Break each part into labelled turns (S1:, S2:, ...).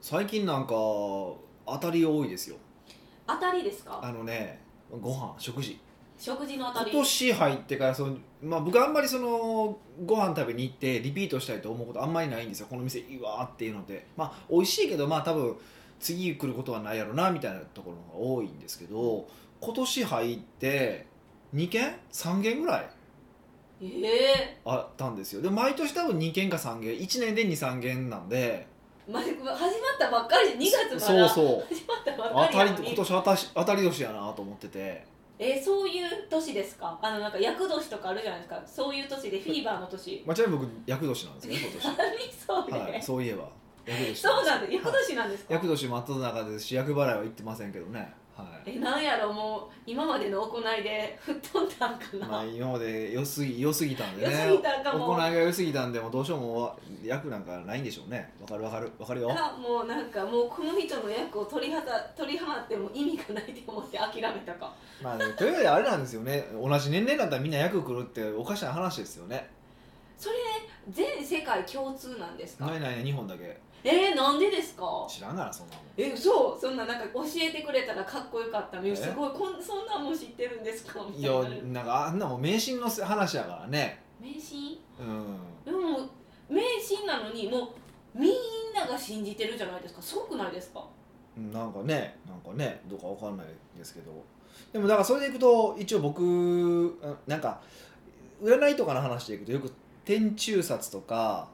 S1: 最近なんか当たり多いですよ。
S2: 当たりですか？
S1: ご飯食事
S2: 食事の当たり。
S1: 今年入ってから僕あんまりご飯食べに行ってリピートしたいと思うことあんまりないんですよ。この店いいわーっていうので、美味しいけど多分次来ることはないやろなみたいなところが多いんですけど、今年入って2軒3軒ぐらいあったんですよ。で毎年多分2軒か3軒、1年で2、3軒なんで、
S2: 始まったばっかりで2月から
S1: そうそう
S2: 始まったばっかりなのに
S1: 今年当たり年やなと思ってて。
S2: そういう年ですか？なんか厄年とかあるじゃないですか。そういう年でフィーバーの年。
S1: ちなみに僕厄年なんですね今
S2: 何それ、
S1: 年、はい、そういえば厄年
S2: そうなんです。厄年なんですか？
S1: 厄年真っ只中ですし、厄払いは行ってませんけどね。はい。
S2: なんやろ、もう今までの行いで吹っ飛んだんかな。
S1: 今まで良すぎたんでね。
S2: 良すぎたんかも。
S1: 行いが良すぎたんでもうどうしようも役なんかないんでしょうね。わかるよ。
S2: もうなんかもうこの人の役を取り払っても意味がないと思って諦めたか。
S1: というよりあれなんですよね。同じ年齢だったらみんな役来るっておかしな話ですよね。
S2: それ全世界共通なんですか？
S1: ない日本だけ。
S2: なんでですか？
S1: 知らんがなそんなもん。
S2: そんななんか教えてくれたらかっこよかったのに、すごいそんなんも知ってるんですかみたいな。
S1: なんかあんなもん迷信の話やからね。
S2: 迷信？
S1: うん
S2: でも迷信なのにもうみんなが信じてるじゃないですか。すごくないですか？
S1: なんかねどうかわかんないですけど、でもだからそれでいくと一応僕なんか占いとかの話でいくとよく天中殺とか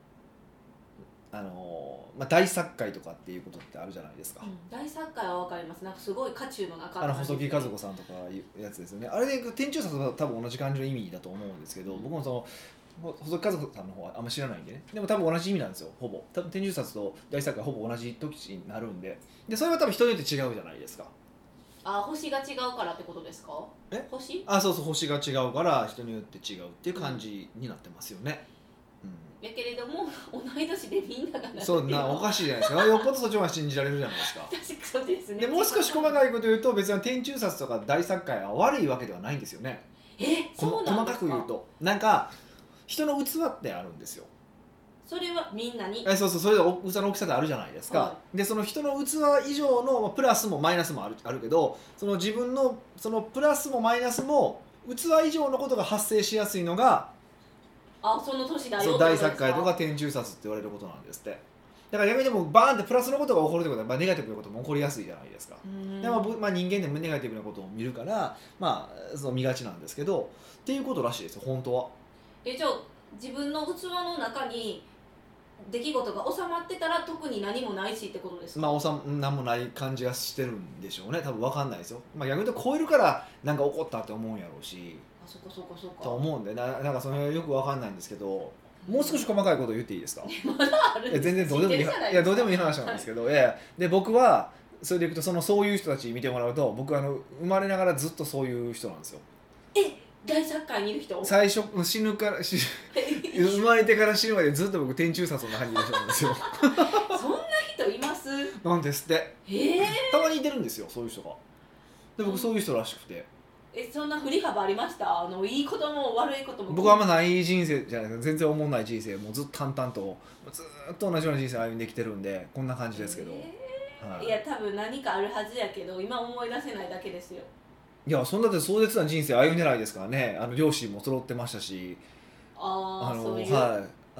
S1: 大殺界とかっていうことってあるじゃないですか。
S2: 大殺界は分かります。なんかすごい渦中の中
S1: 細木和子さんとかいうやつですよね。あれでいくと天中殺は多分同じ感じの意味だと思うんですけど、僕も細木和子さんの方はあんま知らないんでね。でも多分同じ意味なんですよ。ほぼ多分天中殺と大殺界ほぼ同じ時になるんで、それは多分人によって違うじゃないですか。
S2: 星が違うからってことですか？星？
S1: そう星が違うから人によって違うっていう感じになってますよね。
S2: やけれども同い年でみんながなるって
S1: そうなおかしいじゃないですか。よっぽどそっちの方が信じられるじゃないですか。
S2: 確かそうですね。
S1: でもう少し細かいこと言うと別に天中殺とか大殺界は悪いわけではないんですよね。
S2: そうなんですか？
S1: 細かく言うとなんか人の器ってあるんですよ。
S2: それはみんなに
S1: そうそれで器の大きさであるじゃないですか、でその人の器以上のプラスもマイナスもあるけど、その自分のそのプラスもマイナスも器以上のことが発生しやすいのが
S2: その年だよ
S1: 大殺界とか天中殺って言われることなんですって。だから逆にでもバーンってプラスのことが起こるってことは、ネガティブなことも起こりやすいじゃないですか。で人間でもネガティブなことを見るからそう見がちなんですけどっていうことらしいですよ本当は。
S2: じゃあ自分の器の中に出来事が収まってたら特に何もないしってことですか？
S1: 何もない感じがしてるんでしょうね。多分分かんないですよ。逆に言うと超えるからなんか起こったって思うんやろうし、
S2: そっか
S1: と思うんでなんかその辺よく分かんないんですけど、もう少し細かいこと言っていいですか？
S2: まだあるんです。
S1: 全然どうでもいい話なんですけど、で僕はそれでいくとそういう人たち見てもらうと、僕は生まれながらずっとそういう人なんですよ。
S2: 大殺界にいる人？
S1: 最初死ぬから生まれてから死ぬまでずっと僕天中殺の中にいる人なんですよ。
S2: そんな人います？
S1: なんですって。たまにいてるんですよそういう人が。で僕そういう人らしくて、
S2: そんな振り幅ありました？いいことも悪いことも。
S1: 僕はあんまない人生じゃないですか。全然思んない人生、もうずっと淡々とずっと同じような人生歩んできてるんでこんな感じですけど、
S2: いや多分何かあるはずやけど今思い出せないだけですよ。
S1: いやそんなで壮絶な人生歩んでないですからね。両親も揃ってましたし、
S2: そういう、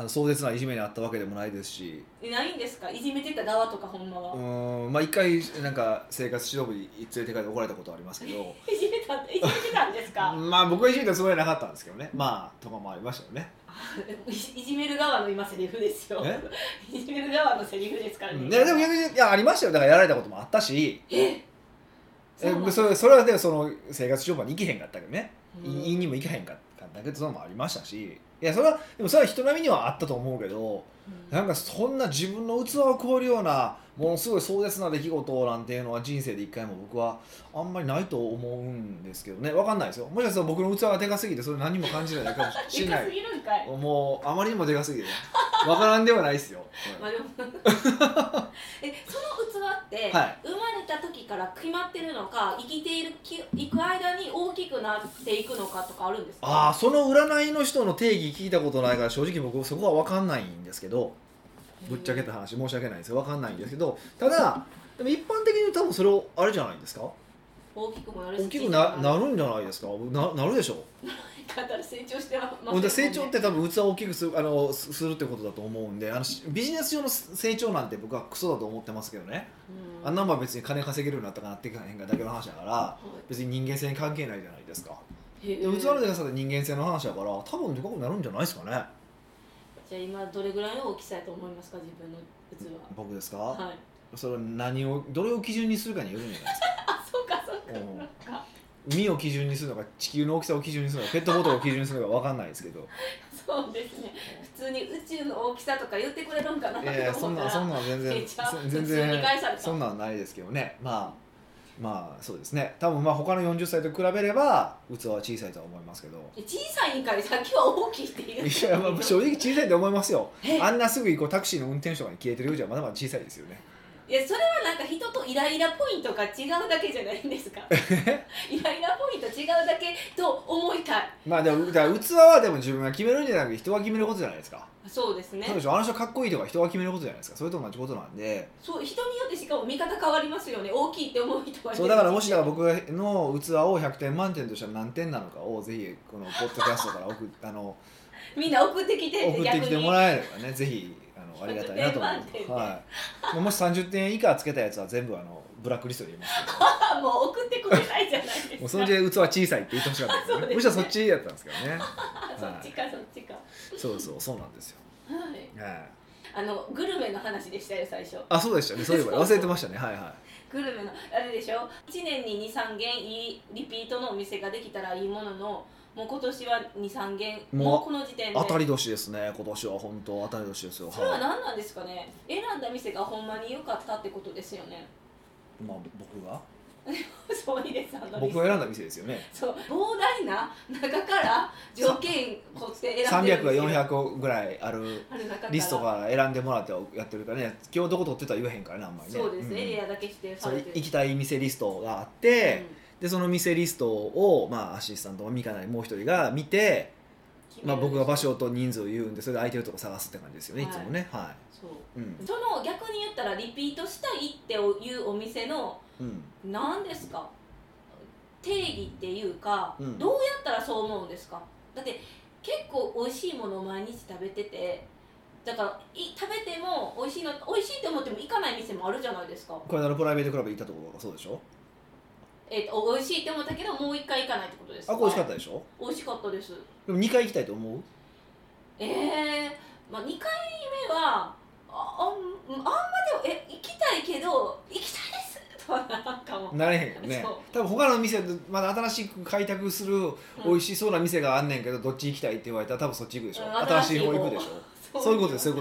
S1: 壮絶ないじめにあったわけでもないですし。
S2: ないんですか？いじめてた側とかほんまは。
S1: 一回なんか生活指導部に連れて帰って怒られたことはありますけど
S2: いじめてたんですか？
S1: 僕はいじめたつもりはなかったんですけどね。とかもありましたよね。
S2: いじめる側の今セリフですよ。いじめる側のセリフですからね。
S1: でも逆にありましたよ。だからやられたこともあったし、それはでその生活指導部に行けへんかったけどね、委員にも行けへんかったけど、それもありましたし、それは人並みにはあったと思うけど、なんかそんな自分の器を超えるようなものすごい壮絶な出来事なんていうのは人生で一回も僕はあんまりないと思うんですけどね。分かんないですよ。もしかしたら僕の器がでかすぎてそれ何も感じないかもしれない。もうあまりにもでかすぎて分からんではないですよ。
S2: その器って生まれた時から決まってるのか、生きていく間に大きくなっていくのかとかあるんですか？
S1: その占いの人の定義聞いたことないから正直僕そこは分かんないんですけど、 ぶっちゃけた話申し訳ないですよ、分かんないんですけど、ただでも一般的に多分それをあれじゃないですか、
S2: 大きくもなるし
S1: 大きく なるんじゃないですか、なるでしょ
S2: だったら成長してます
S1: もんね。成長って多分器を大きくするってことだと思うんで、ビジネス上の成長なんて僕はクソだと思ってますけどね、あんなもんは別に金稼げるようになったかなっていかへんかだけの話だから、別に人間性に関係ないじゃないですか。で器のでかさで人間性の話だから多分でかくなるんじゃないですかね。
S2: じゃあ今どれぐらいの大きさやと思いますか、自分の器は。
S1: 僕ですか、
S2: はい、
S1: それはどれを基準にするかによるんじゃないですか
S2: あ、そうかそうか、
S1: 海を基準にするのか地球の大きさを基準にするのかペットボトルを基準にするのか分かんないですけど
S2: そうですね、普通に宇宙の大きさとか言ってくれるんかなと思ったら、
S1: そんなん全然そんなんないですけどね。まあそうですね、多分他の40歳と比べれば器は小さいとは思いますけど。
S2: 小さいんかい、さっきは大きいって言う。
S1: いや、正直小さいと思いますよ。あんなすぐタクシーの運転手とかに消えてるようじゃまだまだ小さいですよね。
S2: いや、それはなんか人とイライラポイントが違うだけじゃないんですかイライラポイント違うだけと思いたい。
S1: まあでもだから器はでも自分が決めるんじゃなくて人が決めることじゃないですか。
S2: そうですね。
S1: そうでしょ、あの人かっこいいとか人が決めることじゃないですか。それと同じことなんで。
S2: そう、人によってしかも見方変わりますよね。大きいって思う人は。
S1: そうだからもしだから僕の器を100点満点としたら何点なのかをぜひこのポッドキャストから
S2: みんな送ってきて
S1: もらえればね、ぜひありがたいなと思います。はい。もし30点以下つけたやつは全部ブラックリストで言いますけど。
S2: もう送ってくれないじゃないですか。
S1: もうそれで器小さいって言ってほしかったですね。むしろそっちやったんですけどね。
S2: そっちかそっちか。
S1: そうなんですよ。
S2: はい。グルメの話でしたよ最初。
S1: あ、そうでしたね。そういえば忘れてましたね。はいはい。
S2: グルメのあれでしょ。1年に2、3軒いいリピートのお店ができたらいいものの。もう今年は2、3軒もうこの時点で
S1: 当たり年ですね。今年は本当当たり年ですよ。
S2: それは何なんですかね。選んだ店がほんまに良かったってことですよね。
S1: まあ僕が
S2: そうです。
S1: 僕が選んだ店ですよね。
S2: そう、膨大な中から条件をって選んでる
S1: んですよ。300か400個ぐらいあるリストから選んでもらってやってるからね。今日どこ取ってたら言えへんからね、あんまりね。
S2: そうですね、エリアだけ指定されてる。
S1: 行きたい店リストがあって、でその店リストを、アシスタントのミカなりもう一人が見て、僕が場所と人数を言うんで、それで空いてるとこ探すって感じですよね、いつもね。はい。
S2: そう、その逆に言ったらリピートしたいっていうお店の、何ですか定義っていうか、どうやったらそう思うんですか。だって結構美味しいものを毎日食べてて、だから食べても美味しいって思っても行かない店もあるじゃないですか。
S1: これプライベートクラブ行ったところがそうでしょ。
S2: 美味しいって思ったけどもう1回行かないってことですか。
S1: 美味しかったでしょ。
S2: 美味しかったです。
S1: でも2回行きたいと思う。
S2: 2回目はあんまでも行きたいけど行きたいですとはなんかも
S1: なれへんよね。多分他の店まだ新しく開拓する美味しそうな店があんねんけど、どっち行きたいって言われたら多分そっち行くでしょ。新しい方行くでしょ。そういうことです。でも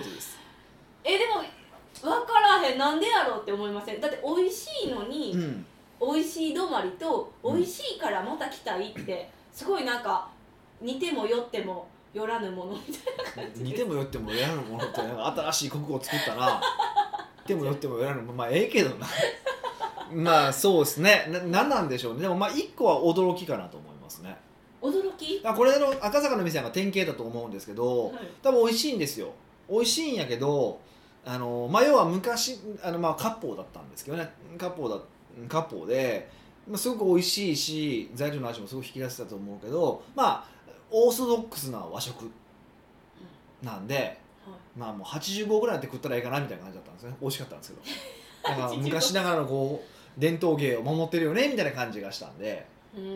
S2: 分からへん、なんでやろうって思いません。だって美味しいのに、美味しい止まりと美味しいからまた来たいってすごいなんか似ても寄っても寄らぬものみたいな感じ。
S1: 似ても寄っても寄らぬものって新しい国語を作ったな。似ても寄っても寄らぬもの、ええけどな。そうですね。なんなんでしょうね。でも一個は驚きかなと思いますね。
S2: 驚き？
S1: これの赤坂の店が典型だと思うんですけど、多分美味しいんですよ。美味しいんやけど、要は昔割烹だったんですけどね。割烹ですごく美味しいし材料の味もすごく引き出せたと思うけど、オーソドックスな和食なんで、もう85ぐらいで食ったらいいかなみたいな感じだったんですね。美味しかったんですけどだから昔ながらの伝統芸を守ってるよねみたいな感じがしたんで、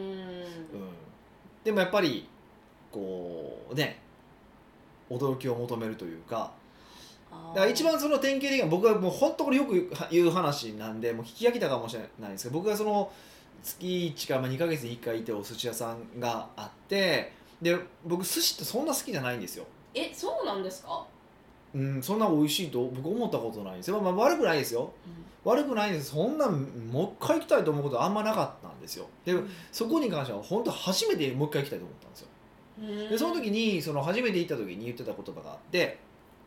S1: でもやっぱり驚きを求めるというか、だから一番その典型的な、僕はもう本当これよく言う話なんでもう聞き飽きたかもしれないんですけど、僕がその月1か2ヶ月に1回行ってるお寿司屋さんがあって、で僕寿司ってそんな好きじゃないんですよ。
S2: そうなんですか。
S1: そんな美味しいと僕思ったことないんですよ。悪くないですよ、悪くないんです。そんなもう一回行きたいと思うことはあんまなかったんですよ。で、そこに関しては本当初めてもう一回行きたいと思ったんですよ。でその時に初めて行った時に言ってた言葉があって、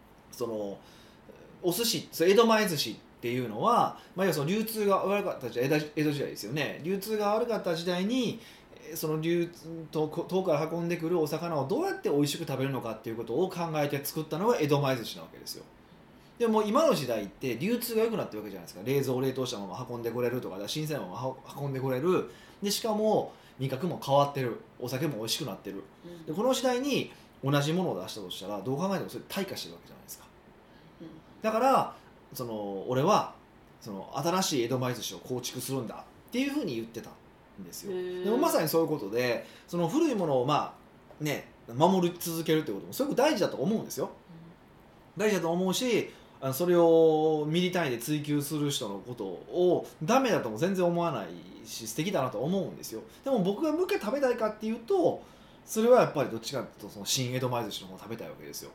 S1: お寿司、江戸前寿司っていうのは、要は流通が悪かった時代、江戸時代ですよね。流通が悪かった時代にその遠くから運んでくるお魚をどうやって美味しく食べるのかっていうことを考えて作ったのが江戸前寿司なわけですよ。 でも今の時代って流通が良くなってるわけじゃないですか。冷蔵冷凍したまま運んでこれるとか新鮮なまま運んでこれるで、しかも味覚も変わってる、お酒も美味しくなってる、でこの時代に同じものを出したとしたらどう考えてもそれ退化してるわけじゃないですか。だから俺は新しい江戸前寿司を構築するんだっていうふうに言ってたんですよ。でもまさにそういうことで古いものを守り続けるってこともすごく大事だと思うんですよ。大事だと思うし、それをミリ単位で追求する人のことをダメだとも全然思わないし素敵だなと思うんですよ。でも僕がもう一回食べたいかっていうとそれはやっぱりどっちかというと新江戸前寿司の方を食べたいわけですよ。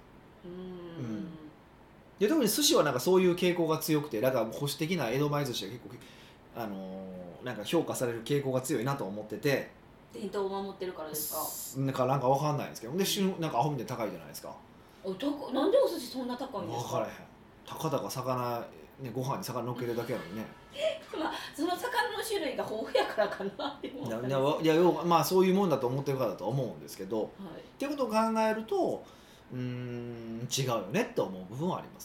S1: で特に寿司はそういう傾向が強くて、だから保守的な江戸前寿司が結構評価される傾向が強いなと思ってて、
S2: 伝統を守ってるからですか。
S1: なんか分かんないんですけど、でアホみたいに高いじゃないですか。
S2: なんでお寿司そんな高いんですか。
S1: 分からへん。たかだか魚、ご飯に魚乗っけるだけやのにね
S2: その魚の種類が豊富やからかなって思ったんです。
S1: そういうもんだと思ってるからだと思うんですけど、っていうことを考えると違うよねって思う部分はあります。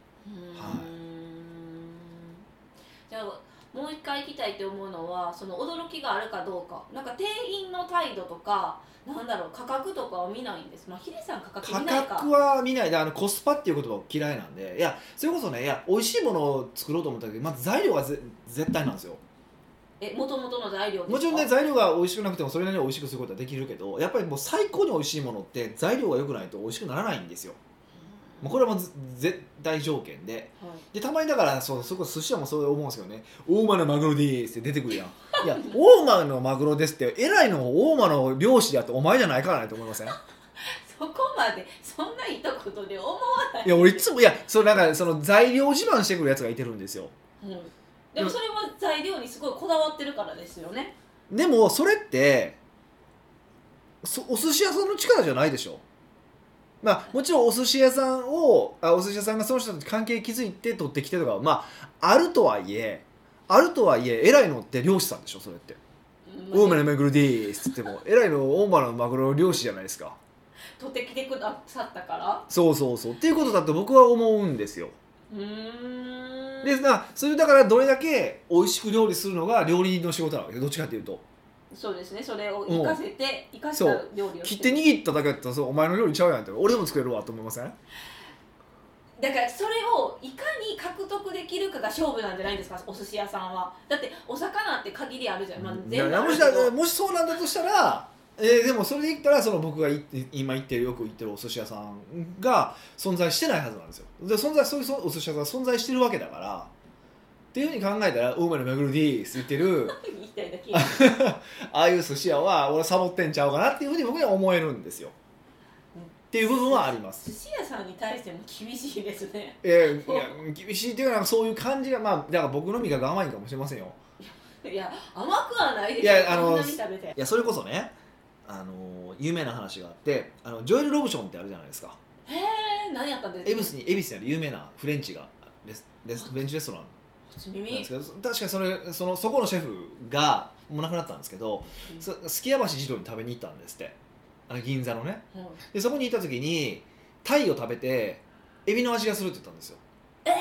S2: じゃあもう一回行きたいって思うのは驚きがあるかどうか、店員の態度とか価格とかを見ないんです。ヒデさん価格見ないか。
S1: 価格は見ないでコスパっていう言葉を嫌いなんで、それこそね美味しいものを作ろうと思った時まず材料が絶対なんですよ。
S2: もともとの材料ですか。
S1: もちろんね材料が美味しくなくてもそれなりに美味しくすることはできるけど、やっぱりもう最高に美味しいものって材料が良くないと美味しくならないんですよ。もうこれはもう絶対条件で、でたまにだからそこ寿司屋もそう思うんですけどね、大間のマグロですって出てくるやんいや大間のマグロですって偉いの大間の漁師であってお前じゃないからねと思いません
S2: そこまでそんな一言で思わない。
S1: いや俺いつもその材料自慢してくるやつがいてるんですよ、
S2: でもそれは材料にすごいこだわってるからですよね。
S1: でもそれってお寿司屋さんの力じゃないでしょ。もちろんお寿司屋さんがその人と関係築いて取ってきてとかあるとはいえ偉いのって漁師さんでしょ。それって大間のマグロでーすって言っても偉いの大間のマグロ漁師じゃないですか。
S2: 取ってきてくださったから
S1: そうっていうことだと僕は思うんですよ。でそれだからどれだけ美味しく料理するのが料理人の仕事なわけで、どっちかっていうと。
S2: そうですね。それを生かした料理を
S1: 切って握っただけだったらお前の料理ちゃうやんって俺でも作れるわと思いません？
S2: だからそれをいかに獲得できるかが勝負なんじゃないですか、お寿司屋さんは。だってお魚って限りあるじゃん、全部あるけど
S1: もしそうなんだとしたら、でもそれで言ったら僕が今よく行ってるお寿司屋さんが存在してないはずなんですよ。でそういうお寿司屋さんが存在してるわけだからっていうふうに考えたら大間のマグロでーすって言ってるああいう寿司屋は俺サボってんちゃうかなっていうふうに僕には思えるんですよ、っていう部分はあります。
S2: 寿司屋さんに対しても厳しいですね。
S1: いや厳しいっていうかそういう感じがだから僕の味覚が甘いかもしれませんよ。
S2: いや甘くはないでしょ。こんなに食べて。
S1: それこそね有名な話があってジョエル・ロブションってあるじゃないですか。
S2: へえ、何やったんですか。
S1: 恵比寿にある有名なフレンチがフレンチレストランなんですけど、確かそこのシェフがもう亡くなったんですけど、すきや橋二郎に食べに行ったんですって、銀座のね、でそこに行った時にタイを食べてエビの味がするって言ったんですよ。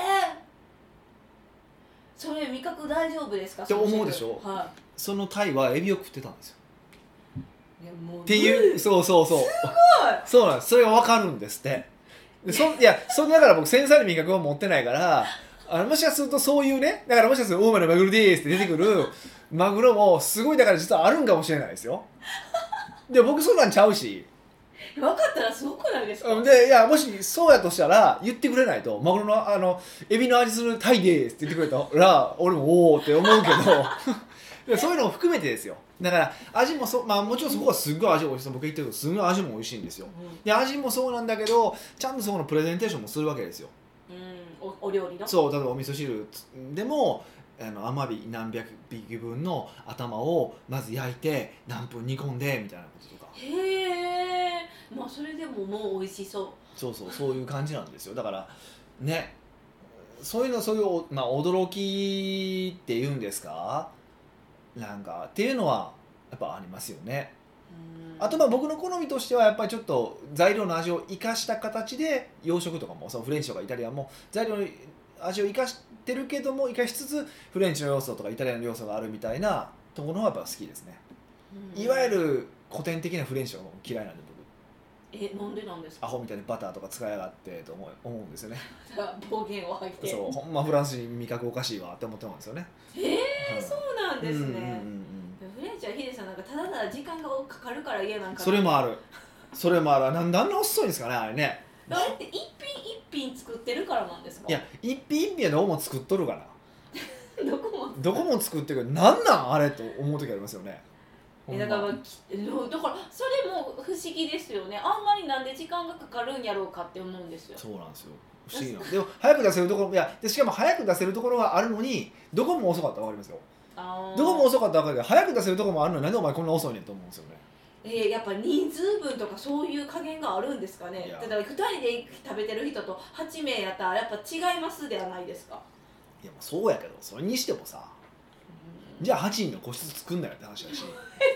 S2: それ味覚大丈夫ですか
S1: って思うでしょ。そのタイはエビを食ってたんですよ。っていうそうすごいそうなんです。それが分かるんですって。だから僕繊細な味覚を持ってないからもしかするとそういうね、だからもしかすると大間のマグロでーすって出てくるマグロもすごいだから実はあるんかもしれないですよ。で僕そんなんちゃうし
S2: 分かったらすごくないですか。
S1: でもしそうやとしたら言ってくれないと、マグロのエビの味するタイでーすって言ってくれたら俺もおおって思うけどそういうのも含めてですよ。だから味ももちろんそこはすごい味が美味しい、僕言ってるけどすごい味も美味しいんですよ、で味もそうなんだけどちゃんとそこのプレゼンテーションもするわけですよ。
S2: お料理の
S1: そう、例えばお味噌汁でもアマビ何百匹分の頭をまず焼いて何分煮込んでみたいなこととか。
S2: へえ、それでももう美味しそう。
S1: そういう感じなんですよ。だからね、そういう驚きっていうんですか、っていうのはやっぱありますよね。 あと僕の好みとしてはやっぱりちょっと材料の味を生かした形で洋食とかもそのフレンチとかイタリアンも材料の味を生かしてるけども生かしつつフレンチの要素とかイタリアンの要素があるみたいなところの方がやっぱ好きですね。いわゆる古典的なフレンチとかも嫌いなんで僕。
S2: なんでなんですか？
S1: アホみたいにバターとか使いやがってと思うんですよね。
S2: 暴言を吐いて。
S1: そうほんまフランス人味覚おかしいわって思ってるんですよね。
S2: はい、そうなんですね。フレンチはヒデさんなんかただただ時間がかかるから嫌なんかな。
S1: それもあるなんであんな遅いんですかねあれね。
S2: あれって一品一品作ってるからなんですか？
S1: いや一品一品はどこも作っとるかな
S2: どこも
S1: 作ってるからなんなんあれと思う時ありますよね。
S2: だからそれも不思議ですよね。あんまりなんで時間がかかるんやろうかって思うんですよ。
S1: そうなんですよ不思議なでも早く出せるところでしかも早く出せるところがあるのにどこも遅かったら分かりますよ。どこも遅かったら分かるけど早く出せるところもあるのになんでお前こんな遅いねんと思うんですよね。
S2: やっぱ人数分とかそういう加減があるんですかね。だから2人で食べてる人と8名やったらやっぱ違いますではないですか。
S1: いやそうやけどそれにしてもさ、じゃあ8人の個室作んなよって話だし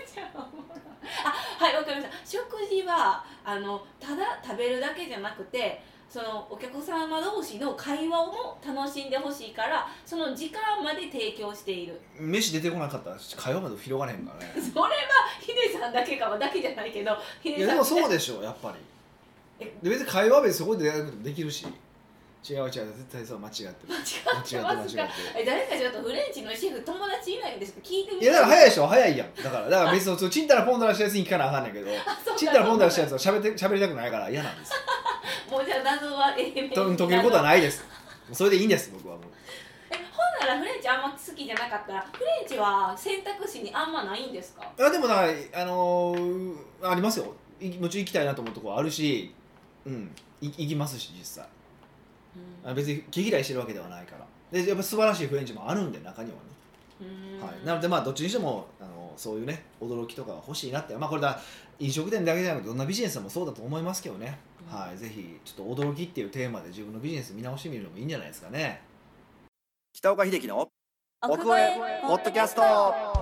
S2: はい、わかりました。食事はただ食べるだけじゃなくてそのお客様同士の会話も楽しんでほしいからその時間まで提供している。
S1: 飯出てこなかったら会話まで広がれへんからね
S2: それはヒデさんだけかもだけじゃないけど
S1: いやでもそうでしょやっぱりで別に会話は別にそこでやることもできるし違う絶対そう間違ってる
S2: 誰かちょっとフレンチのシェフ友達いないんですか聞いてみて。
S1: いやだから早いでしょ早いやんだから別にちんたらポンダラしたやつに聞かなあかんねんけどちんたらポンダラしたやつはしゃべりたくないから嫌なんですよ
S2: もうじゃあ謎は
S1: 解けることはないですそれでいいんです僕はもう
S2: ほんならフレンチあんま好きじゃなかったらフレンチは選択肢にあんまないんですか？
S1: でもだからありますよもちろん行きたいなと思うところあるし行きますし実際別に毛嫌いしてるわけではないからでやっぱ素晴らしいフレンチもあるんで中にはね、はい、なのでどっちにしてもそういうね驚きとかが欲しいなってこれだ飲食店だけじゃなくてどんなビジネスでもそうだと思いますけどね、はい、ぜひちょっと驚きっていうテーマで自分のビジネス見直してみるのもいいんじゃないですかね。北岡秀樹の奥越えポッドキャスト。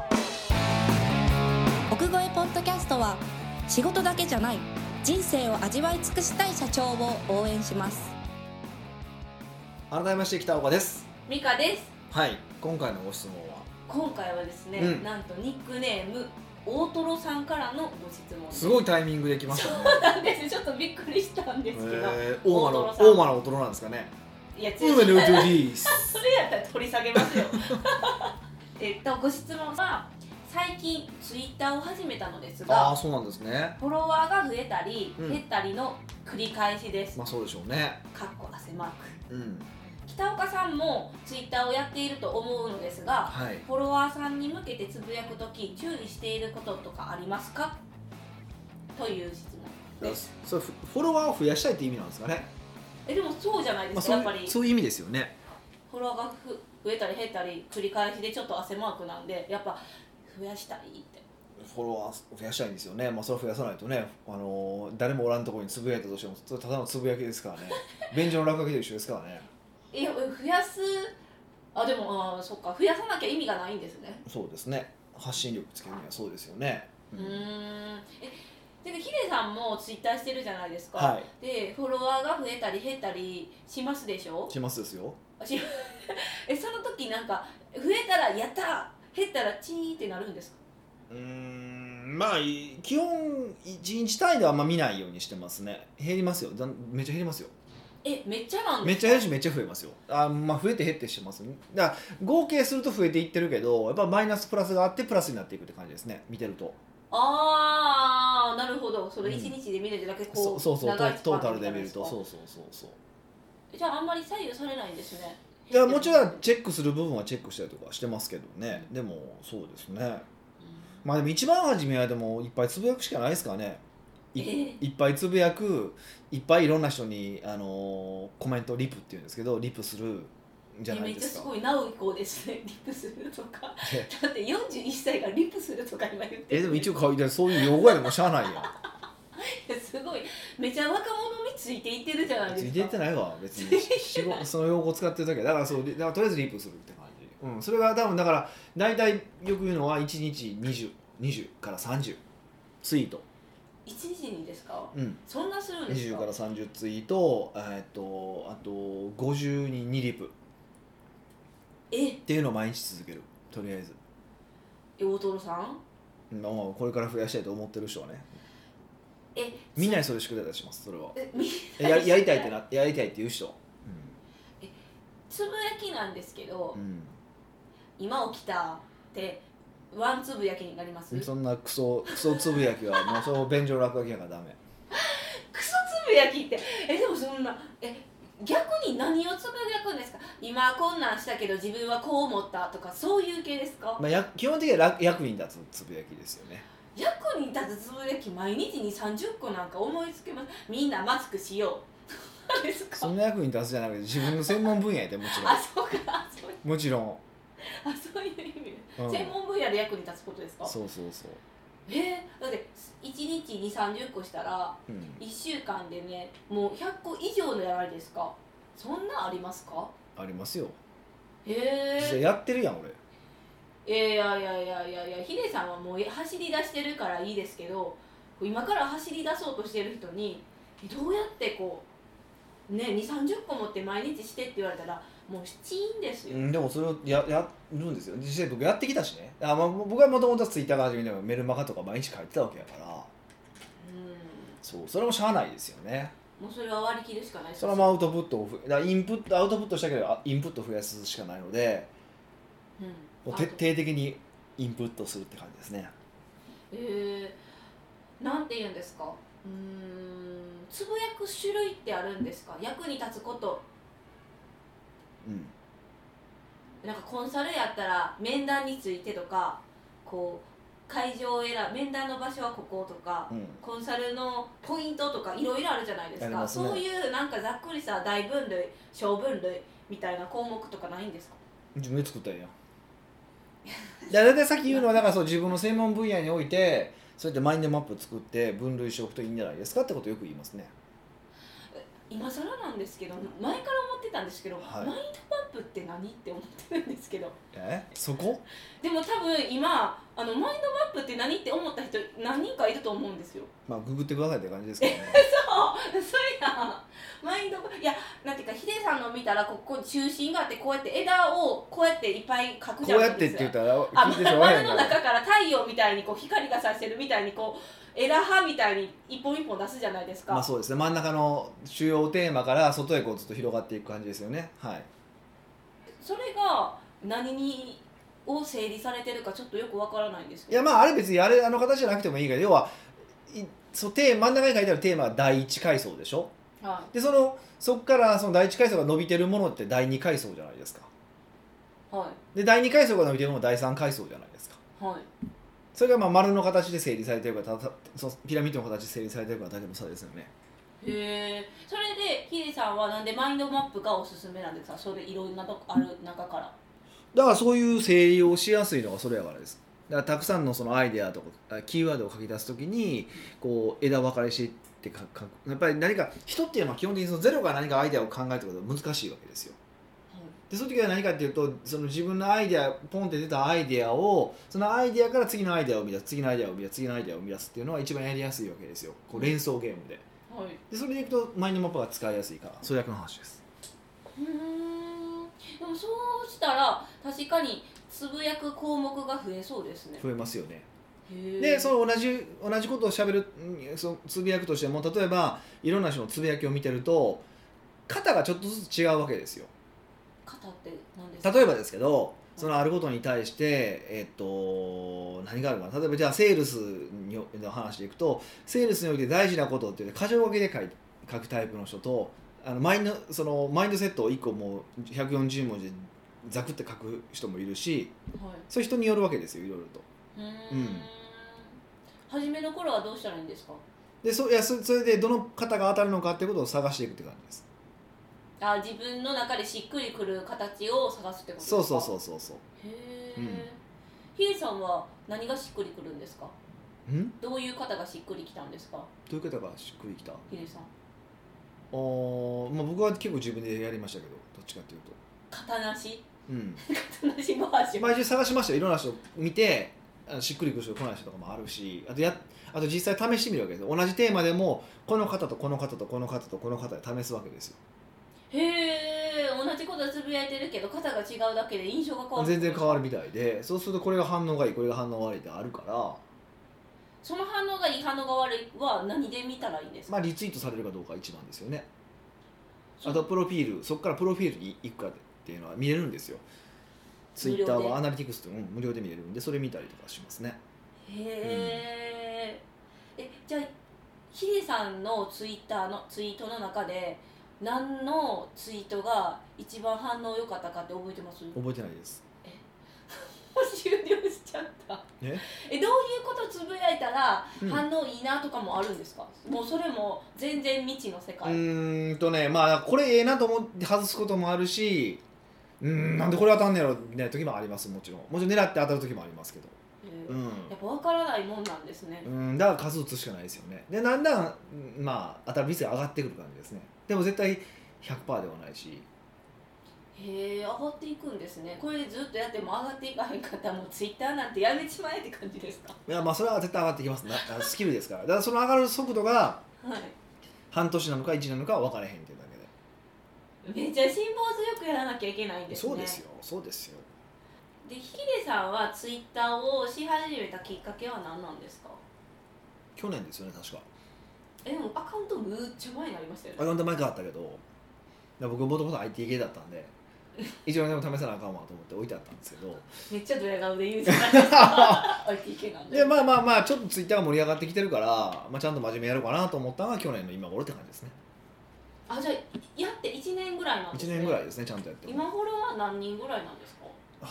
S3: 奥越えポッドキャストは仕事だけじゃない人生を味わい尽くしたい社長を応援します。
S1: 改めまして北岡です。
S2: 美香です。
S1: はい、今回のご質問は
S2: 今回はですね、なんとニックネーム大トロさんからのご質問です。
S1: すごいタイミングで来ましたね。
S2: そうなんです。ちょっとびっくりしたんですけど、
S1: 大間の大トロなんですかね。
S2: いや、
S1: それや
S2: ったら取り下げますよご質問は最近ツイッターを始めたのですが、
S1: そうなんですね。
S2: フォロワーが増えたり減ったりの繰り返しです。
S1: そうでしょうね。
S2: かっこ汗マーク。北岡さんもツイッターをやっていると思うのですが、フォロワーさんに向けてつぶやくとき注意していることとかありますかという質問です。
S1: それフォロワーを増やしたいって意味なんですかね。
S2: でもそうじゃないですか、やっぱり
S1: そういう意味ですよね。
S2: フォロワーが増えたり減ったり繰り返しでちょっと汗マークなんでやっぱ増やしたいって
S1: フォロワー増やしたいんですよね。それを増やさないとね、誰もおらんところにつぶやいたとしてもただのつぶやきですからね。便所の落書きと一緒ですからね。
S2: いや増やすでもそっか増やさなきゃ意味がないんですね。
S1: そうですね。発信力つけるにはそうですよね。
S2: でヒデさんもツイッターしてるじゃないですか、でフォロワーが増えたり減ったりしますでしょ。
S1: しますですよ。
S2: その時なんか増えたらやった減ったらチーってなるんですか。
S1: 基本1日単位ではあんま見ないようにしてますね。減りますよ。めっちゃ減りますよ。
S2: めっちゃなんですか。
S1: めっちゃ減るしめっちゃ増えますよ。増えて減ってしてますね。だから合計すると増えていってるけどやっぱマイナスプラスがあってプラスになっていくって感じですね見てると。
S2: なるほど。その1日で見れるだけこう、
S1: そうトータルで見るとそう
S2: じゃああんまり左右されないんですね。
S1: いやもちろんチェックする部分はチェックしたりとかしてますけどね、でもそうですね、でも一番初めはでもいっぱいつぶやくしかないですからね。いっぱいつぶやくいっぱいいろんな人にコメントリプっていうんですけどリプするじゃないですか。
S2: めっちゃすごいナウイコですね。リプするとかだって41歳がリプするとか今言ってる。
S1: でも一応そういう用語やでもしゃあないやん
S2: すごいめちゃ若者についていってるじゃないですか。
S1: ついていってないわ別にその用語を使ってるだけだからとりあえずリプするって感じ、それが多分だから大体よく言うのは1日20から30 ツイート
S2: 1日にですか？
S1: うん
S2: そんなするんです
S1: 20
S2: か？
S1: から30ツイート、あと50に2リプっていうのを毎日続ける。とりあえず
S2: 大トロさん
S1: まあこれから増やしたいと思ってる人はね、みんなにそれ宿題出します。それは
S2: みんな
S1: やりたいってやりたいっていう人、
S2: つぶやきなんですけど、
S1: うん
S2: 今起きたってワンつぶやきになります？
S1: そんなクソつぶやきはもうその便所落書きやからダメ。
S2: クソつぶやきってでもそんな逆に何をつぶやくんですか？今こんなんしたけど自分はこう思ったとかそういう系ですか？
S1: まあ、基本的には役に立つつぶやきですよね。
S2: 役に立つつぶやき毎日に30個なんか思いつけます。みんなマスクしようですか？
S1: そんな役に立つじゃなくて自分の専門分野でもちろん
S2: そうか
S1: もちろん、
S2: そういう意味で、
S1: うん、
S2: 専門分野で役に立つことですか？
S1: そう
S2: だって1日に30個したら、1週間でねもう100個以上のやられですか？そんなありますか？
S1: ありますよ。
S2: 実
S1: 際やってるやん俺。
S2: いやヒデさんはもう走り出してるからいいですけど、今から走り出そうとしてる人にどうやってこうね20-30個持って毎日してって言われたらもうチーンですよ、
S1: でもそれをやるんですよ。実際僕やってきたしね。僕はもともとツイッターから始めてメルマガとか毎日書いてたわけやから、そうそれもしゃあないですよね。
S2: もうそれは割り切るしかないです。
S1: それはアウトプットをアウトプットしたけどインプットを増やすしかないので、もう徹底的にインプットするって感じですね。
S2: なんて言うんですか？つぶやく種類ってあるんですか？役に立つこと、なんかコンサルやったら面談についてとか、こう会場を面談の場所はこことか、コンサルのポイントとかいろいろあるじゃないですか。そういうなんかざっくりした大分類小分類みたいな項目とかないんですか？
S1: 自分で作ったらいいやん。だいたいさっき言うのはだからそう自分の専門分野においてそうやってマインドマップ作って分類しておくといいんじゃないですかってことをよく言いますね。
S2: 今更なんですけど前から思ってたんですけど、マインドマップって何って思ってるんですけど、
S1: そこ
S2: でも多分今マインドマップって何って思った人何人かいると思うんですよ。
S1: まあググってくださいって感じですけどね。
S2: そうやマインドいやなんていうかヒデさんの見たらここ中心があってこうやって枝をこうやっていっぱい描くじゃないですか。
S1: こうやってって言ったら聞いてしょうがないから
S2: 丸の中から太陽みたいにこう光が差してるみたいにこう枝葉みたいに一本一本出すじゃないですか。
S1: まあそうですね。真ん中の主要テーマから外へこうずっと広がっていく感じですよね。はい。
S2: それが何を整理されてるかちょっとよくわからないんですけど。
S1: いやまああれ別にあの形じゃなくてもいいけど、要は真ん中に書いてあるテーマは第一階層でしょ。でそこからその第一階層が伸びてるものって第二階層じゃないですか。で第二階層が伸びてるものは第三階層じゃないですか。それがまあ丸の形で整理されてるかそのピラミッドの形で整理されてるかだけの差ですよね。
S2: それでヒデさんはなんでマインドマップがおすすめなんですか？それいろんなとこある中から。
S1: だからそういう整理をしやすいのがそれやからです。だからたくさんのそのアイデアとかキーワードを書き出すときにこう枝分かれしていってやっぱり何か人っていうのは基本的にそのゼロから何かアイデアを考えることが難しいわけですよ。でその時は何かっていうとその自分のアイデアポンって出たアイデアをそのアイデアから次のアイデアを生み出す次のアイデアを生み出す次のアイデアを生み出すっていうのが一番やりやすいわけですよ。こう連想ゲームで。でそれでいくとマインドマップが使いやすいからそういう役の話です。
S2: でもそうしたら確かにつぶやく項目が増えそうですね。
S1: 増えますよね。でその同じことをしゃべるそのつぶやくとしても例えばいろんな人のつぶやきを見てると型がちょっとずつ違うわけですよ。
S2: 型って何ですか？
S1: 例えばですけどそのあることに対して何があるかな。例えばじゃあセールスの話でいくとセールスにおいて大事なことっていう箇条書きで書くタイプの人とマインドセットを1個もう140文字でザクって書く人もいるし、そういう人によるわけですよいろいろと。
S2: 初めの頃はどうしたらいいんですか？
S1: でそれでどの型が当たるのかっていうことを探していくって感じです。
S2: 自分の中でしっくりくる形を探すってことですか？
S1: そう。
S2: ヒデさんは何がしっくりくるんですか？どういう方がしっくりきたんですか？
S1: どういう方がしっくりきた？
S2: ヒデさん。
S1: 僕は結構自分でやりましたけどどっちかっていうと
S2: 型なし？型なしバージョン。
S1: 毎週探しましたよ。いろんな人見てしっくりくる人来ない人とかもあるし、あと実際試してみるわけですよ。同じテーマでもこの方とこの方とこの方とこの方で試すわけですよ。
S2: へえ、同じことつぶやいてるけど方が違うだけで印象が変わる。
S1: 全然変わるみたいで、そうするとこれが反応がいいこれが反応悪いってあるから、
S2: その反応がいい反応が悪いは何で見たらいいんですか？
S1: リツイートされるかどうかが一番ですよね。あとプロフィール、そこからプロフィールに行くかっていうのは見れるんですよ。ツイッターはアナリティクスって無料で見れるんで、それ見たりとかしますね。
S2: へえ、じゃあヒデさんのツイートの中で何のツイートが一番反応良かったかって覚えてます？
S1: 覚えてないです。
S2: もう終了しちゃった。どういうことつぶやいたら反応いいなとかもあるんですか？もうそれも全然未知の世界。
S1: これなと思って外すこともあるし、なんでこれ当たんねやろみたいな時もあります。もちろん狙って当たる時もありますけど、
S2: やっぱ分からないもんなんですね。
S1: だから数打つしかないですよね。でだんだん当たる率が上がってくる感じですね。でも絶対 100% ではないし。
S2: へえ、上がっていくんですね。これでずっとやっても上がっていかへんかったらもうツイッターなんてやめちまえって感じですか？
S1: いやそれは絶対上がってきますね。スキルですから。だからその上がる速度が半年なのか1年なのかは分からへんっていうだけ
S2: で。めっちゃ辛抱強くやらなきゃいけないんですね。
S1: そうですよ、そうですよ。
S2: でヒデさんはツイッターをし始めたきっかけは何なんですか？
S1: 去年ですよね、確か。
S2: でもアカウントむっちゃ前になりましたよね。
S1: アカウント前からあったけど、僕もともと IT 系だったんで一応でも試さなあかんわと思って置いてあったんですけど、
S2: めっちゃドヤ顔で言うじゃないですかIT 系なんで。
S1: でちょっとツイッターが盛り上がってきてるから、ちゃんと真面目やろうかなと思ったのが去年の今頃って感じですね。
S2: じゃあやって1年ぐらいなんですね。
S1: 1年ぐらいですね、ちゃんとやって
S2: 今頃は何人ぐらいなんですか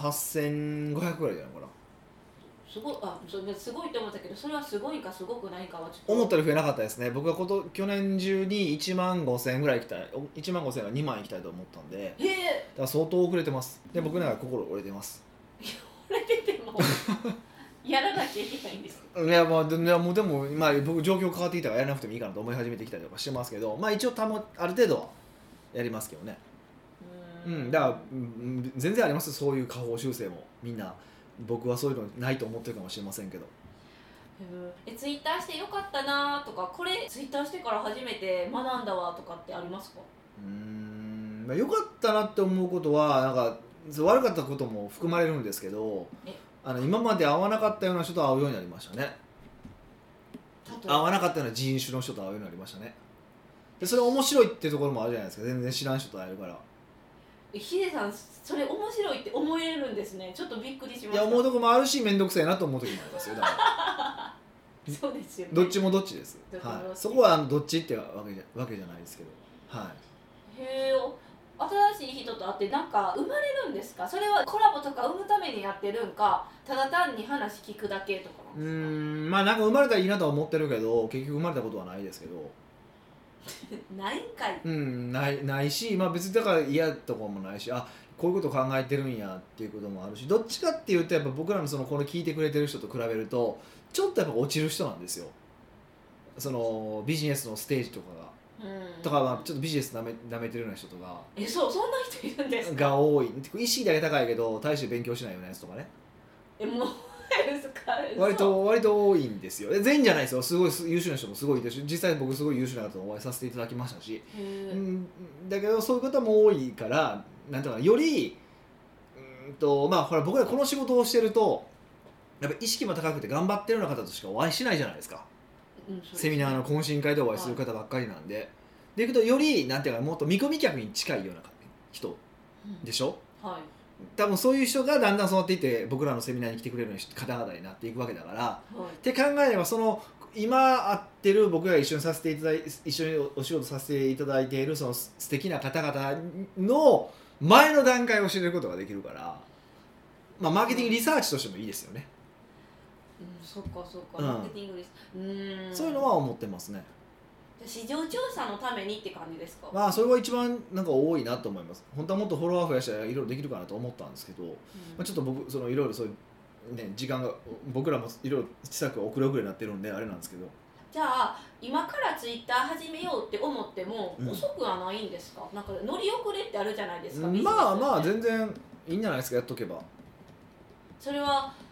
S1: ？8500ぐらいじゃないかな。
S2: すごい、すごいと思ったけど、それはすごいかすごくないかはちょっと
S1: 思ったより増えなかったですね。僕は去年中に1万5000ぐらい行きたい、1万5000が2万行きたいと思ったんで、だから相当遅れてます。で僕なんか心折れてます。
S2: 折れててもやらなきゃいけないんです。
S1: いやもうでも僕状況変わってきたからやらなくてもいいかなと思い始めてきたりとかしてますけど、一応ある程度はやりますけどね。だから全然あります。そういう下方修正もみんな。僕はそういうのないと思ってるかもしれませんけど。
S2: ツイッターしてよかったなとか、これツイッターしてから初めて学んだわとかってありますか？
S1: よかったなって思うことはなんか悪かったことも含まれるんですけど、今まで会わなかったような人と会うようになりましたね。会わなかったような人種の人と会うようになりましたね。でそれ面白いっていうところもあるじゃないですか。全然知らん人と会えるから。
S2: ヒデさん、それ面白いって思えるんですね。ちょっとびっくりしました。
S1: いや、思うとこもあるし面倒くさいなと思う時もありますよ。だから
S2: そうですよね。
S1: どっちもどっちです。そこはどっちってわけじゃないですけど。
S2: へえ、新しい人と会ってなんか生まれるんですか？それはコラボとか生むためにやってるんか、ただ単に話聞くだけとかなんですか？
S1: なんか生まれたらいいなとは思ってるけど、結局生まれたことはないですけど。
S2: ないんかい。
S1: ないし、別にだから嫌とかもないし、こういうこと考えてるんやっていうこともあるし、どっちかっていうとやっぱ僕らのこの聞いてくれてる人と比べるとちょっとやっぱ落ちる人なんですよ。そのビジネスのステージとかが、とかちょっとビジネスなめてるような人とか、
S2: そんな人いるんですか？
S1: が多い。意識だけ高いけど大して勉強しないようなやつとかね。
S2: もう
S1: 割と多いんですよ。全員じゃないですよ。すごい優秀な人もすごいいて、実際僕すごい優秀な方とお会いさせていただきましたし、だけどそういう方も多いから、なんていうかよりほら僕らこの仕事をしてるとやっぱ意識も高くて頑張ってるような方としかお会いしないじゃないですか。セミナーの懇親会でお会いする方ばっかりなんで、でいくとよりなんていうかもっと見込み客に近いような人でしょ。多分そういう人がだんだんそうなっていって僕らのセミナーに来てくれる方々になっていくわけだから、って考えれば今会ってる僕が一緒にお仕事させていただいているその素敵な方々の前の段階を知ることができるから、マーケティングリサーチとしてもいいですよね。
S2: そっかマーケティングリサーチ、
S1: そういうのは思ってますね。
S2: 市場調査のためにって感じですか？
S1: それが一番なんか多いなと思います。本当はもっとフォロワー増やしたらいろいろできるかなと思ったんですけど、ちょっと僕いろいろそういうね時間が僕らもいろいろ施策が遅れになってるんであれなんですけど。
S2: じゃあ今からツイッター始めようって思っても遅くはないんですか？なんか乗り遅れってあるじゃないですか。
S1: 全然いいんじゃないですか、やっとけば。
S2: それは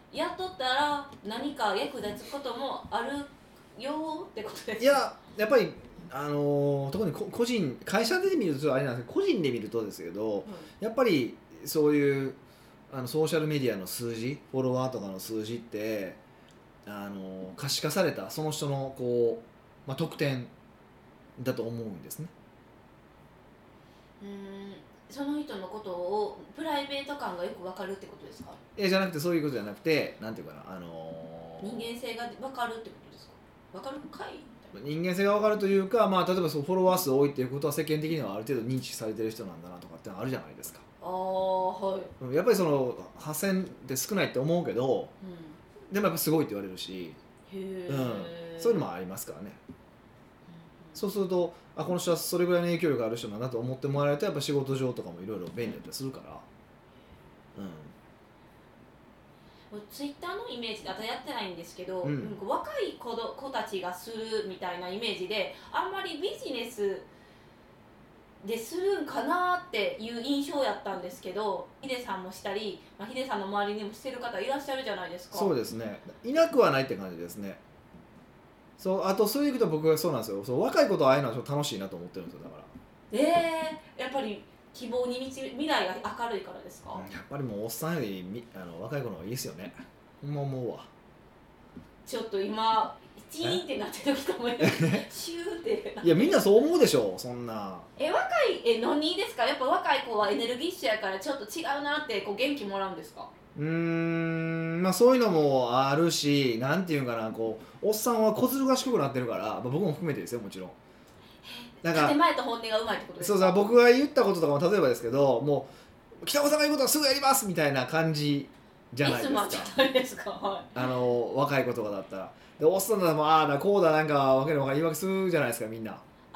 S2: やっとったら何か役立つこともあるよってことですか？
S1: いややっぱり特に個人会社で見るとあれなんですけど、個人で見るとですけど、やっぱりそういうソーシャルメディアの数字、フォロワーとかの数字って可視化されたその人のこう、特典だと思うんですね。
S2: その人のことをプライベート感がよく分かるってことですか？
S1: じゃなくて、そういうことじゃなくて、なんていうかな、
S2: 人間性が分かるってことですか？分かるかい？
S1: 人間性が分かるというか、例えばそうフォロワー数多いっていうことは世間的にはある程度認知されてる人なんだなとかってのあるじゃないですか。
S2: はい。
S1: やっぱりその8000って少ないって思うけど、でもやっぱすごいって言われるし、そういうのもありますからね。そうするとこの人はそれぐらいの影響力がある人なんだと思ってもらえると、やっぱ仕事上とかもいろいろ便利だったりするから。
S2: ツイッターのイメージであとやってないんですけど、若い子たちがするみたいなイメージで、あんまりビジネスでするんかなっていう印象やったんですけど、ヒデさんもしたり、ヒデさんの周りにもしてる方いらっしゃるじゃないですか。
S1: そうですね、いなくはないって感じですね。あとそういうこと僕はそうなんですよ。若い子と会えるのはちょっと楽しいなと思ってるんですよ。だから
S2: やっぱり希望に未来が明るいからですか？
S1: やっぱりもうおっさんより若い子の方がいいですよね。もう思うわ。
S2: ちょっと今チーンってなってる人もいるシューって
S1: いやみんなそう思うでしょ、そんな。
S2: 若い何ですか？やっぱ若い子はエネルギッシュやからちょっと違うなってこう元気もらうんですか？
S1: そういうのもあるし、なんていうんかな、こうおっさんは小ずる賢くなってるから、僕も含めてですよ、もちろん。
S2: 建前と本音がうまいってことですか？
S1: そう僕が言ったこととかも例えばですけど、もう北岡さんが言うことはすぐやりますみたいな感じじゃないですか。
S2: いつもじゃないですか、はい、
S1: 若い子とかだったら。でおっさんだとああだこうだなんかわけのわかんない言い訳するじゃないですか、みんな。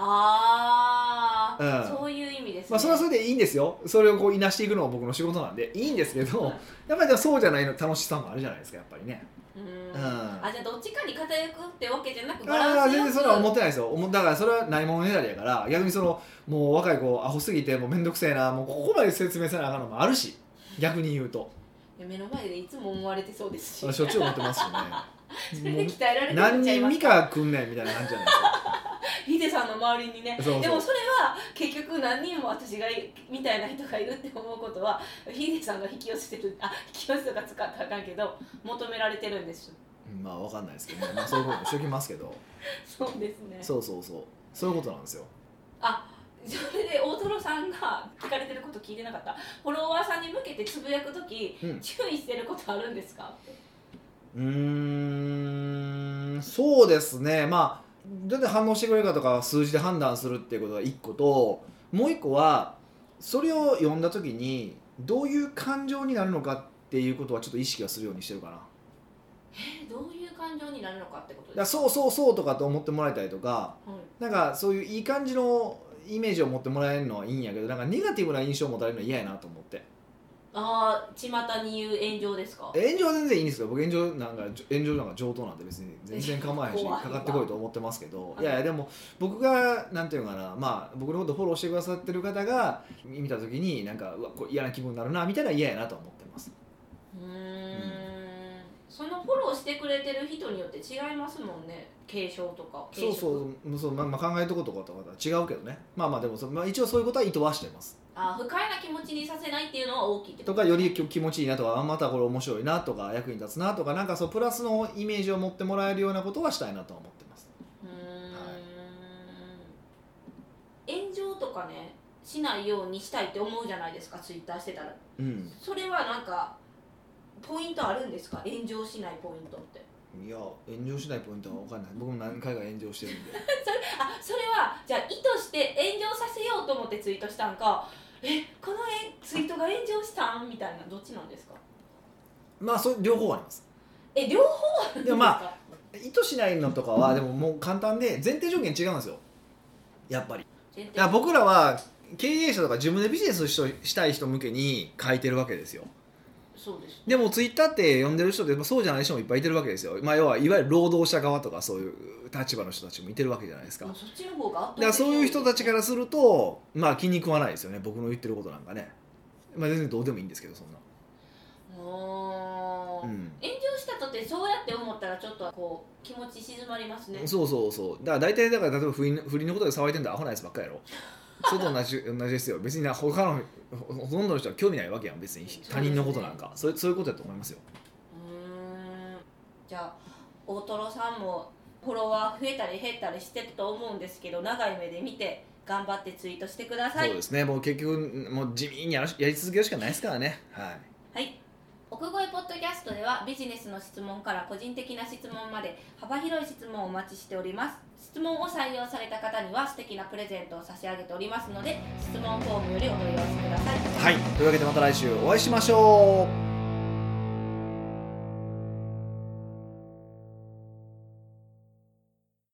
S2: そういう意味ですね。
S1: それはそれでいいんですよ。それをこういなしていくのが僕の仕事なんでいいんですけど、やっぱりそうじゃないの楽しさもあるじゃないですか、やっぱりね。
S2: じゃあどっちかに偏くってわけじゃなくバランスよく。
S1: 全然それは思ってないですよ。だからそれはないものねだりやから、逆にもう若い子アホすぎてもうめんどくせえな、もうここまで説明せなあかんのもあるし、逆に言うと
S2: 目の前でいつも思われてそうですし、
S1: しょっちゅう思ってますしね。
S2: それで鍛えられてる
S1: 何人見か来んねんみたいな感じじゃないですか。
S2: ヒデさんの周りにね。
S1: そう
S2: でもそれは結局何人も私がみたいな人がいるって思うことは、ヒデさんが引き寄せてる、引き寄せとか使ったらあかんけど求められてるんです。
S1: わかんないですけどね、そういうこともしときますけど。
S2: そうですね。
S1: そういうことなんですよ。
S2: それで大トロさんが聞かれてること聞いてなかった。フォロワーさんに向けてつぶやくとき、注意してることあるんですか？
S1: そうですね。どうやって反応してくれるかとか数字で判断するっていうことが1個と、もう1個はそれを読んだ時にどういう感情になるのかっていうことはちょっと意識はするようにしてるかな。
S2: どういう感情になるのかってことですか？
S1: そうとかと思ってもらえたりとか、なんかそういういい感じのイメージを持ってもらえるのはいいんやけど、なんかネガティブな印象を持たれるのは嫌やなと思って。巷
S2: に言う炎上ですか？
S1: 炎上は全然いいんですよ。僕炎上なんか上等なんで別に全然構わへんしかかってこいと思ってますけど、いやでも僕がなんていうかな、僕のことフォローしてくださってる方が見た時になんかこれ嫌な気分になるなみたいな嫌やなと思ってます。
S2: そのフォローしてくれてる人によって違いますもんね、継承とか。
S1: そう、考えるとことかとは違うけどね。でも一応そういうことは意図はしてます。
S2: 不快な気持ちにさせないっていうのは大きいってこと
S1: とか、より気持ちいいなとか、またこれ面白いなとか、役に立つなとか、なんかプラスのイメージを持ってもらえるようなことはしたいなと思ってます。
S2: 炎上とかねしないようにしたいって思うじゃないですか、ツイッターしてたら。それはなんかポイントあるんですか？炎上しないポイントって。
S1: いや、炎上しないポイントは分かんない。僕も何回か炎上してるんで
S2: それはじゃあ意図して炎上させようと思ってツイートしたんか、このツイートが炎上したんみたいな、どっちなんですか？
S1: 両方あります。
S2: 両方あるんですか？
S1: 意図しないのとかはでももう簡単で、前提条件違うんですよ、やっぱり。僕らは経営者とか自分でビジネスしたい人向けに書いてるわけですよ。
S2: そうです。
S1: でもツイッターって読んでる人ってそうじゃない人もいっぱいいてるわけですよ。要はいわゆる労働者側とかそういう立場の人たちもいてるわけじゃないですか。
S2: そっちの方が圧倒的に。
S1: だからそういう人たちからすると気に食わないですよね、僕の言ってることなんかね。全然どうでもいいんですけど、そんな。
S2: 炎上にそうやって思ったらちょっとこう気持ち静まりますね。
S1: そうだから大体例えば不倫のことで騒いでんだアホなやつばっかりやろそれと同じですよ。別に他のほとんどの人は興味ないわけやん、別に他人のことなんか。そういうことだと思いますよ。
S2: じゃあ大トロさんもフォロワー増えたり減ったりしてると思うんですけど、長い目で見て頑張ってツイートしてください。
S1: そうですね、もう結局もう地味にやり続けるしかないですからね。
S2: はい、奥越ポッドキャストではビジネスの質問から個人的な質問まで幅広い質問をお待ちしております。質問を採用された方には素敵なプレゼントを差し上げておりますので、質問フォームよりお問い合わせください。
S1: はい、というわけでまた来週お会いしましょう。